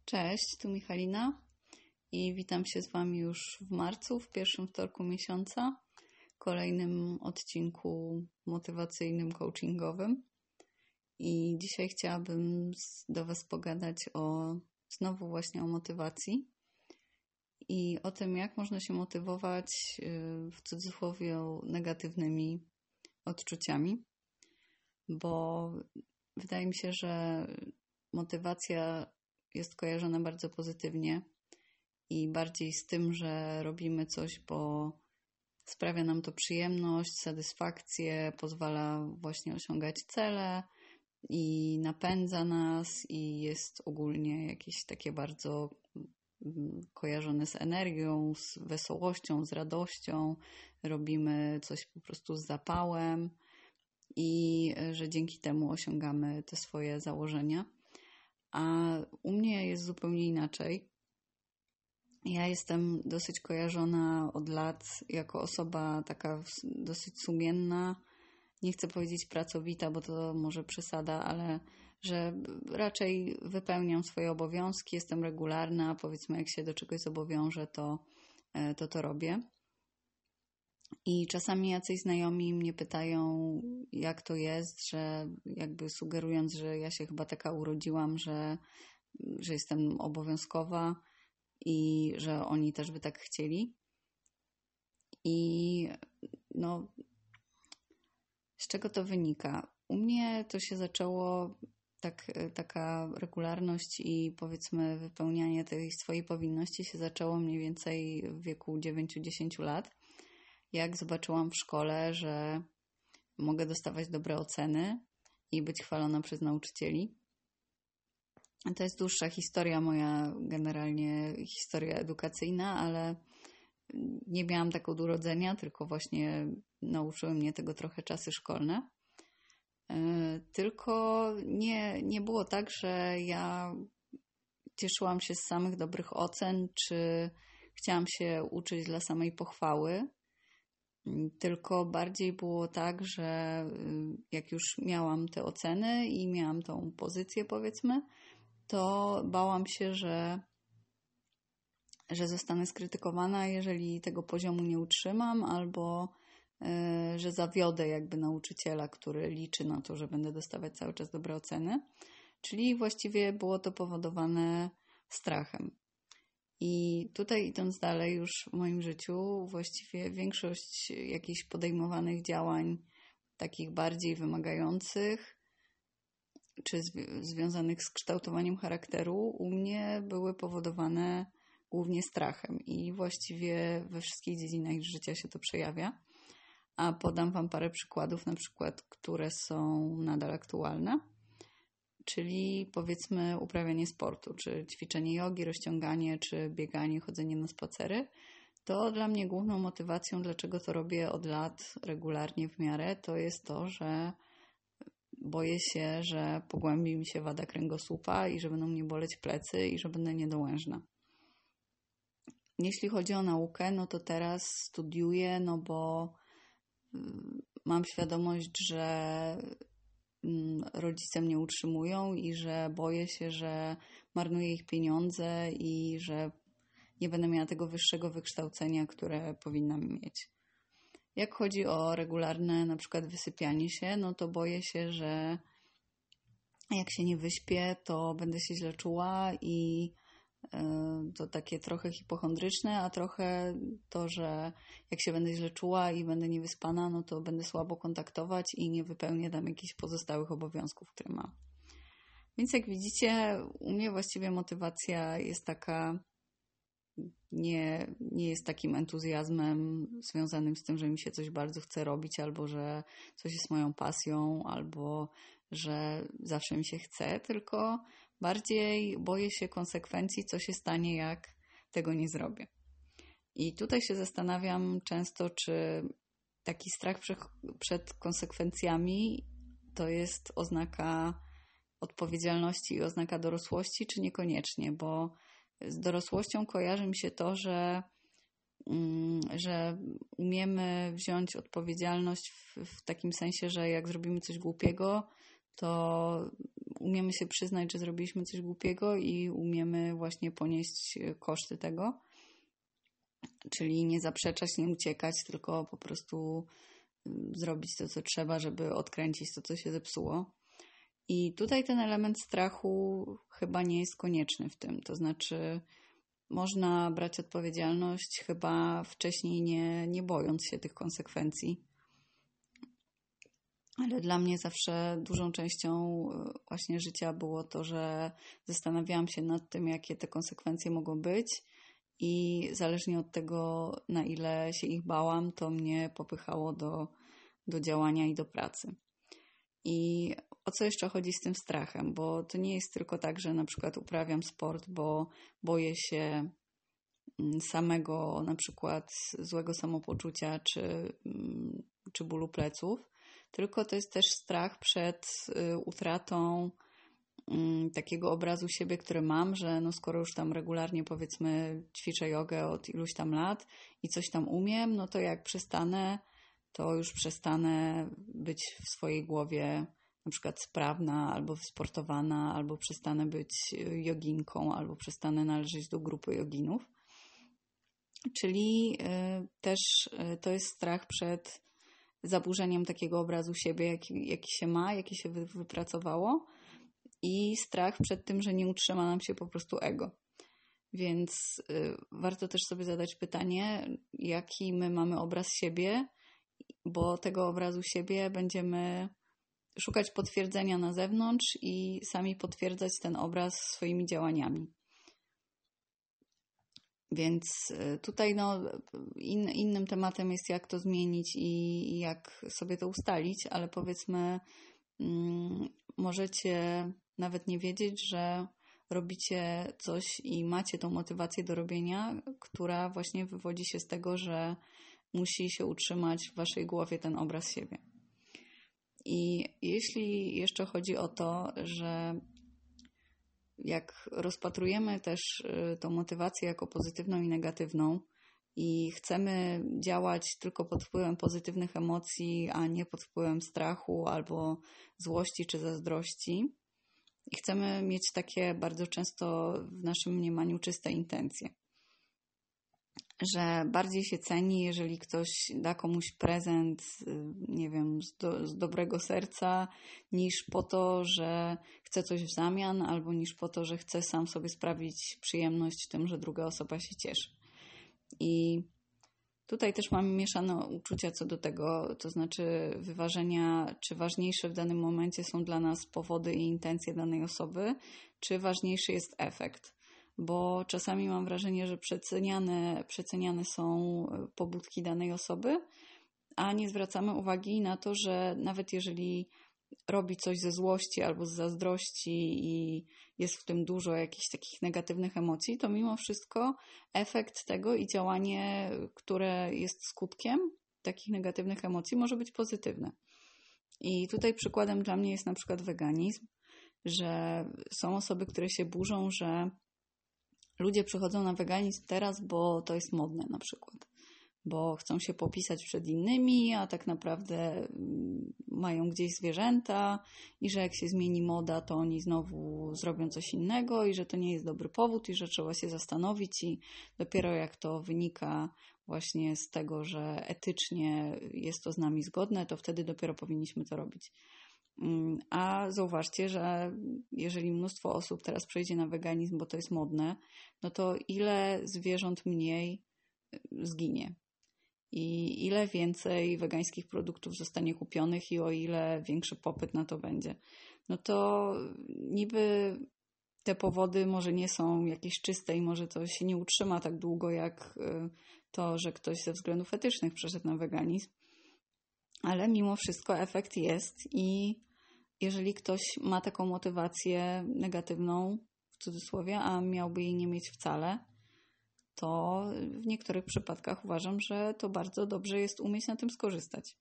Cześć, tu Michalina i witam się z Wami już w marcu, w pierwszym wtorku miesiąca, kolejnym odcinku motywacyjnym, coachingowym. I dzisiaj chciałabym do Was pogadać znowu właśnie o motywacji i o tym, jak można się motywować w cudzysłowie negatywnymi odczuciami, bo wydaje mi się, że motywacja jest kojarzona bardzo pozytywnie i bardziej z tym, że robimy coś, bo sprawia nam to przyjemność, satysfakcję, pozwala właśnie osiągać cele i napędza nas i jest ogólnie jakieś takie bardzo kojarzone z energią, z wesołością, z radością. Robimy coś po prostu z zapałem i że dzięki temu osiągamy te swoje założenia. A u mnie jest zupełnie inaczej. Ja jestem dosyć kojarzona od lat jako osoba taka dosyć sumienna. Nie chcę powiedzieć pracowita, bo to może przesada, ale że raczej wypełniam swoje obowiązki, jestem regularna. Powiedzmy, jak się do czegoś zobowiążę, to robię. I czasami jacyś znajomi mnie pytają, jak to jest, że jakby sugerując, że ja się chyba taka urodziłam, że jestem obowiązkowa i że oni też by tak chcieli. I z czego to wynika? U mnie to się zaczęło taka regularność i powiedzmy wypełnianie tej swojej powinności się zaczęło mniej więcej w wieku 9-10 lat. Jak zobaczyłam w szkole, że mogę dostawać dobre oceny i być chwalona przez nauczycieli. To jest dłuższa historia moja, generalnie historia edukacyjna, ale nie miałam tak od urodzenia, tylko właśnie nauczyły mnie tego trochę czasy szkolne. Tylko nie było tak, że ja cieszyłam się z samych dobrych ocen, czy chciałam się uczyć dla samej pochwały. Tylko bardziej było tak, że jak już miałam te oceny i miałam tą pozycję, powiedzmy, to bałam się, że zostanę skrytykowana, jeżeli tego poziomu nie utrzymam, albo że zawiodę jakby nauczyciela, który liczy na to, że będę dostawać cały czas dobre oceny. Czyli właściwie było to powodowane strachem. I tutaj idąc dalej już w moim życiu, właściwie większość jakichś podejmowanych działań, takich bardziej wymagających, czy związanych z kształtowaniem charakteru, u mnie były powodowane głównie strachem. I właściwie we wszystkich dziedzinach życia się to przejawia. A podam Wam parę przykładów, na przykład, które są nadal aktualne. Czyli powiedzmy uprawianie sportu, czy ćwiczenie jogi, rozciąganie, czy bieganie, chodzenie na spacery. To dla mnie główną motywacją, dlaczego to robię od lat regularnie w miarę, to jest to, że boję się, że pogłębi mi się wada kręgosłupa i że będą mnie boleć plecy i że będę niedołężna. Jeśli chodzi o naukę, no to teraz studiuję, no bo mam świadomość, że rodzice mnie utrzymują i że boję się, że marnuję ich pieniądze i że nie będę miała tego wyższego wykształcenia, które powinnam mieć. Jak chodzi o regularne na przykład wysypianie się, no to boję się, że jak się nie wyśpię, to będę się źle czuła i to takie trochę hipochondryczne, a trochę to, że jak się będę źle czuła i będę niewyspana, no to będę słabo kontaktować i nie wypełnię tam jakichś pozostałych obowiązków, które mam. Więc jak widzicie, u mnie właściwie motywacja jest taka, nie jest takim entuzjazmem związanym z tym, że mi się coś bardzo chce robić, albo że coś jest moją pasją, albo że zawsze mi się chce, tylko bardziej boję się konsekwencji, co się stanie, jak tego nie zrobię. I tutaj się zastanawiam często, czy taki strach przed konsekwencjami to jest oznaka odpowiedzialności i oznaka dorosłości, czy niekoniecznie, bo z dorosłością kojarzy mi się to, że umiemy wziąć odpowiedzialność w takim sensie, że jak zrobimy coś głupiego, to umiemy się przyznać, że zrobiliśmy coś głupiego i umiemy właśnie ponieść koszty tego. Czyli nie zaprzeczać, nie uciekać, tylko po prostu zrobić to, co trzeba, żeby odkręcić to, co się zepsuło. I tutaj ten element strachu chyba nie jest konieczny w tym. To znaczy, można brać odpowiedzialność chyba wcześniej, nie bojąc się tych konsekwencji. Ale dla mnie zawsze dużą częścią właśnie życia było to, że zastanawiałam się nad tym, jakie te konsekwencje mogą być i zależnie od tego, na ile się ich bałam, to mnie popychało do działania i do pracy. I o co jeszcze chodzi z tym strachem? Bo to nie jest tylko tak, że na przykład uprawiam sport, bo boję się samego na przykład złego samopoczucia czy bólu pleców, tylko to jest też strach przed utratą takiego obrazu siebie, który mam, że no skoro już tam regularnie powiedzmy ćwiczę jogę od iluś tam lat i coś tam umiem, no to jak przestanę, to już przestanę być w swojej głowie na przykład sprawna albo wysportowana, albo przestanę być joginką, albo przestanę należeć do grupy joginów. Czyli też to jest strach przed zaburzeniem takiego obrazu siebie, jaki się ma, jaki się wypracowało i strach przed tym, że nie utrzyma nam się po prostu ego. Więc warto też sobie zadać pytanie, jaki my mamy obraz siebie, bo tego obrazu siebie będziemy szukać potwierdzenia na zewnątrz i sami potwierdzać ten obraz swoimi działaniami. Więc tutaj innym tematem jest, jak to zmienić i jak sobie to ustalić, ale powiedzmy, możecie nawet nie wiedzieć, że robicie coś i macie tą motywację do robienia, która właśnie wywodzi się z tego, że musi się utrzymać w waszej głowie ten obraz siebie. I jeśli jeszcze chodzi o to, że jak rozpatrujemy też tą motywację jako pozytywną i negatywną i chcemy działać tylko pod wpływem pozytywnych emocji, a nie pod wpływem strachu albo złości czy zazdrości i chcemy mieć takie bardzo często w naszym mniemaniu czyste intencje, że bardziej się ceni, jeżeli ktoś da komuś prezent, nie wiem, z dobrego serca, niż po to, że chce coś w zamian, albo niż po to, że chce sam sobie sprawić przyjemność tym, że druga osoba się cieszy. I tutaj też mamy mieszane uczucia co do tego, to znaczy wyważenia, czy ważniejsze w danym momencie są dla nas powody i intencje danej osoby, czy ważniejszy jest efekt. Bo czasami mam wrażenie, że przeceniane są pobudki danej osoby, a nie zwracamy uwagi na to, że nawet jeżeli robi coś ze złości albo z zazdrości i jest w tym dużo jakichś takich negatywnych emocji, to mimo wszystko efekt tego i działanie, które jest skutkiem takich negatywnych emocji, może być pozytywne. I tutaj przykładem dla mnie jest na przykład weganizm, że są osoby, które się burzą, że ludzie przychodzą na weganizm teraz, bo to jest modne na przykład, bo chcą się popisać przed innymi, a tak naprawdę mają gdzieś zwierzęta i że jak się zmieni moda, to oni znowu zrobią coś innego i że to nie jest dobry powód i że trzeba się zastanowić i dopiero jak to wynika właśnie z tego, że etycznie jest to z nami zgodne, to wtedy dopiero powinniśmy to robić. A zauważcie, że jeżeli mnóstwo osób teraz przejdzie na weganizm, bo to jest modne, no to ile zwierząt mniej zginie i ile więcej wegańskich produktów zostanie kupionych i o ile większy popyt na to będzie. No to niby te powody może nie są jakieś czyste i może to się nie utrzyma tak długo jak to, że ktoś ze względów etycznych przeszedł na weganizm, ale mimo wszystko efekt jest i jeżeli ktoś ma taką motywację negatywną, w cudzysłowie, a miałby jej nie mieć wcale, to w niektórych przypadkach uważam, że to bardzo dobrze jest umieć na tym skorzystać.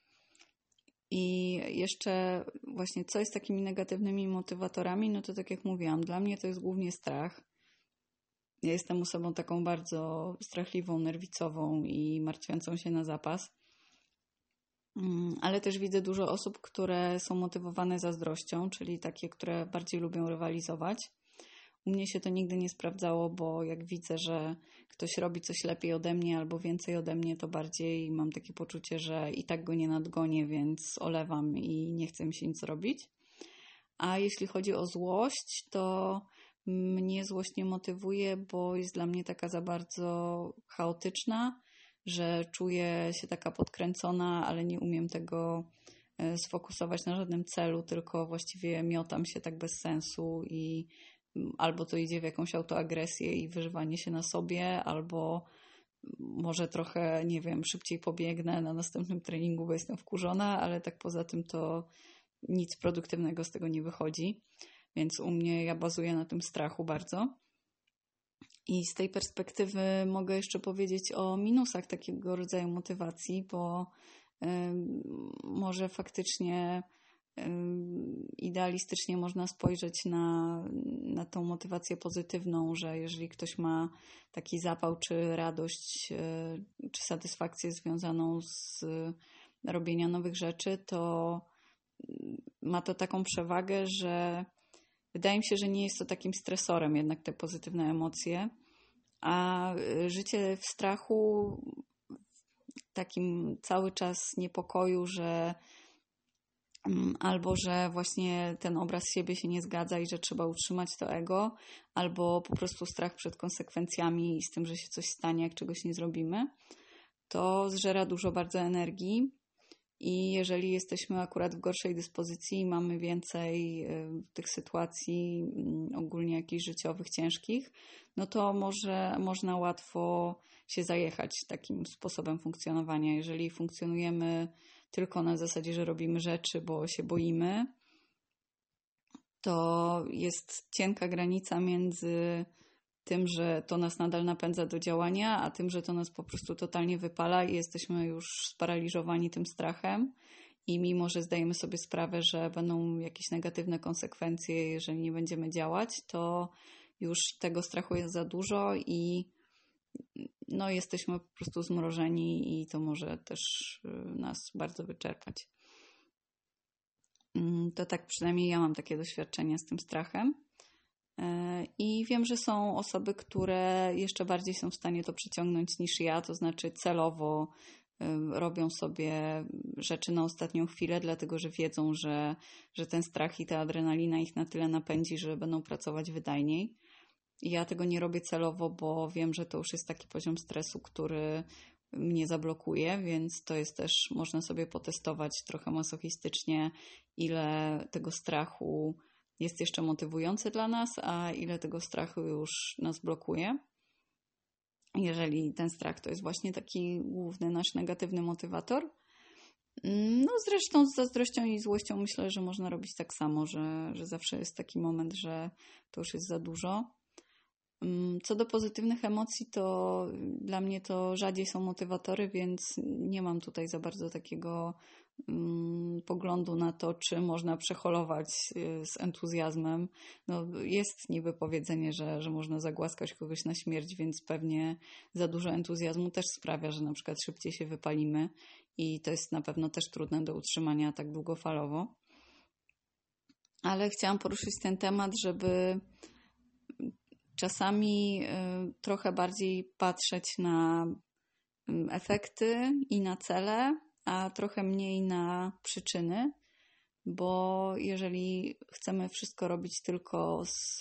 I jeszcze właśnie co jest takimi negatywnymi motywatorami, no to tak jak mówiłam, dla mnie to jest głównie strach. Ja jestem osobą taką bardzo strachliwą, nerwicową i martwiącą się na zapas. Ale też widzę dużo osób, które są motywowane zazdrością, czyli takie, które bardziej lubią rywalizować. U mnie się to nigdy nie sprawdzało, bo jak widzę, że ktoś robi coś lepiej ode mnie albo więcej ode mnie, to bardziej mam takie poczucie, że i tak go nie nadgonię, więc olewam i nie chcę mi się nic robić. A jeśli chodzi o złość, to mnie złość nie motywuje, bo jest dla mnie taka za bardzo chaotyczna, że czuję się taka podkręcona, ale nie umiem tego sfokusować na żadnym celu, tylko właściwie miotam się tak bez sensu i albo to idzie w jakąś autoagresję i wyżywanie się na sobie, albo może trochę, nie wiem, szybciej pobiegnę na następnym treningu, bo jestem wkurzona, ale tak poza tym to nic produktywnego z tego nie wychodzi. Więc u mnie ja bazuję na tym strachu bardzo. I z tej perspektywy mogę jeszcze powiedzieć o minusach takiego rodzaju motywacji, bo może faktycznie idealistycznie można spojrzeć na tą motywację pozytywną, że jeżeli ktoś ma taki zapał, czy radość, czy satysfakcję związaną z robienia nowych rzeczy, to ma to taką przewagę, że wydaje mi się, że nie jest to takim stresorem jednak te pozytywne emocje, a życie w strachu, takim cały czas niepokoju, że albo że właśnie ten obraz siebie się nie zgadza i że trzeba utrzymać to ego, albo po prostu strach przed konsekwencjami i z tym, że się coś stanie, jak czegoś nie zrobimy, to zżera dużo bardzo energii. I jeżeli jesteśmy akurat w gorszej dyspozycji i mamy więcej tych sytuacji ogólnie jakichś życiowych, ciężkich, no to można łatwo się zajechać takim sposobem funkcjonowania. Jeżeli funkcjonujemy tylko na zasadzie, że robimy rzeczy, bo się boimy, to jest cienka granica między tym, że to nas nadal napędza do działania, a tym, że to nas po prostu totalnie wypala i jesteśmy już sparaliżowani tym strachem. I mimo, że zdajemy sobie sprawę, że będą jakieś negatywne konsekwencje, jeżeli nie będziemy działać, to już tego strachu jest za dużo i no, jesteśmy po prostu zmrożeni i to może też nas bardzo wyczerpać. To tak przynajmniej ja mam takie doświadczenia z tym strachem. I wiem, że są osoby, które jeszcze bardziej są w stanie to przyciągnąć niż ja, to znaczy celowo robią sobie rzeczy na ostatnią chwilę, dlatego że wiedzą, że ten strach i ta adrenalina ich na tyle napędzi, że będą pracować wydajniej. I ja tego nie robię celowo, bo wiem, że to już jest taki poziom stresu, który mnie zablokuje, więc to jest też, można sobie potestować trochę masochistycznie, ile tego strachu jest jeszcze motywujący dla nas, a ile tego strachu już nas blokuje. Jeżeli ten strach to jest właśnie taki główny nasz negatywny motywator. No zresztą z zazdrością i złością myślę, że można robić tak samo, że zawsze jest taki moment, że to już jest za dużo. Co do pozytywnych emocji, to dla mnie to rzadziej są motywatory, więc nie mam tutaj za bardzo takiego poglądu na to, czy można przeholować z entuzjazmem. No, jest niby powiedzenie, że można zagłaskać kogoś na śmierć, więc pewnie za dużo entuzjazmu też sprawia, że na przykład szybciej się wypalimy i to jest na pewno też trudne do utrzymania tak długofalowo. Ale chciałam poruszyć ten temat, żeby czasami trochę bardziej patrzeć na efekty i na cele, a trochę mniej na przyczyny, bo jeżeli chcemy wszystko robić tylko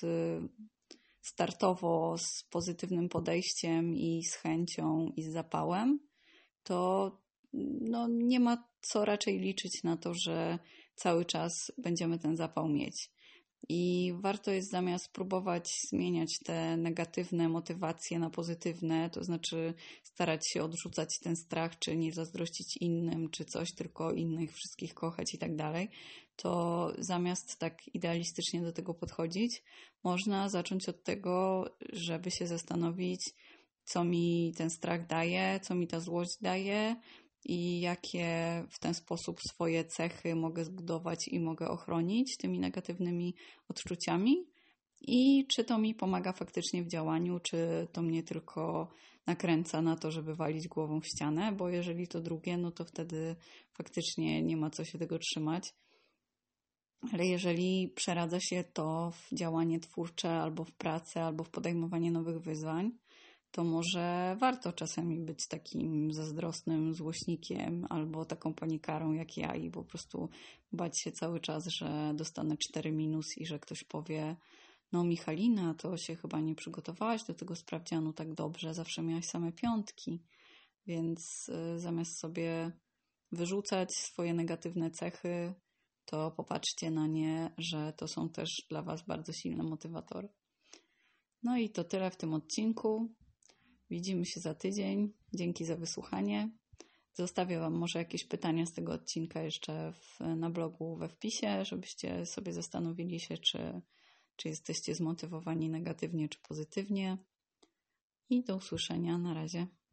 startowo, z pozytywnym podejściem i z chęcią i z zapałem, to no, nie ma co raczej liczyć na to, że cały czas będziemy ten zapał mieć. I warto jest zamiast próbować zmieniać te negatywne motywacje na pozytywne, to znaczy starać się odrzucać ten strach, czy nie zazdrościć innym, czy coś, tylko innych wszystkich kochać i tak dalej, to zamiast tak idealistycznie do tego podchodzić, można zacząć od tego, żeby się zastanowić, co mi ten strach daje, co mi ta złość daje, i jakie w ten sposób swoje cechy mogę zbudować i mogę ochronić tymi negatywnymi odczuciami i czy to mi pomaga faktycznie w działaniu, czy to mnie tylko nakręca na to, żeby walić głową w ścianę, bo jeżeli to drugie, no to wtedy faktycznie nie ma co się tego trzymać. Ale jeżeli przeradza się to w działanie twórcze, albo w pracę, albo w podejmowanie nowych wyzwań, to może warto czasami być takim zazdrosnym złośnikiem albo taką panikarą jak ja i po prostu bać się cały czas, że dostanę 4 minus i że ktoś powie: no Michalina, to się chyba nie przygotowałaś do tego sprawdzianu tak dobrze, zawsze miałaś same 5. Więc zamiast sobie wyrzucać swoje negatywne cechy, to popatrzcie na nie, że to są też dla Was bardzo silne motywatory. No i to tyle w tym odcinku. Widzimy się za tydzień. Dzięki za wysłuchanie. Zostawię Wam może jakieś pytania z tego odcinka jeszcze na blogu we wpisie, żebyście sobie zastanowili się, czy jesteście zmotywowani negatywnie, czy pozytywnie. I do usłyszenia. Na razie.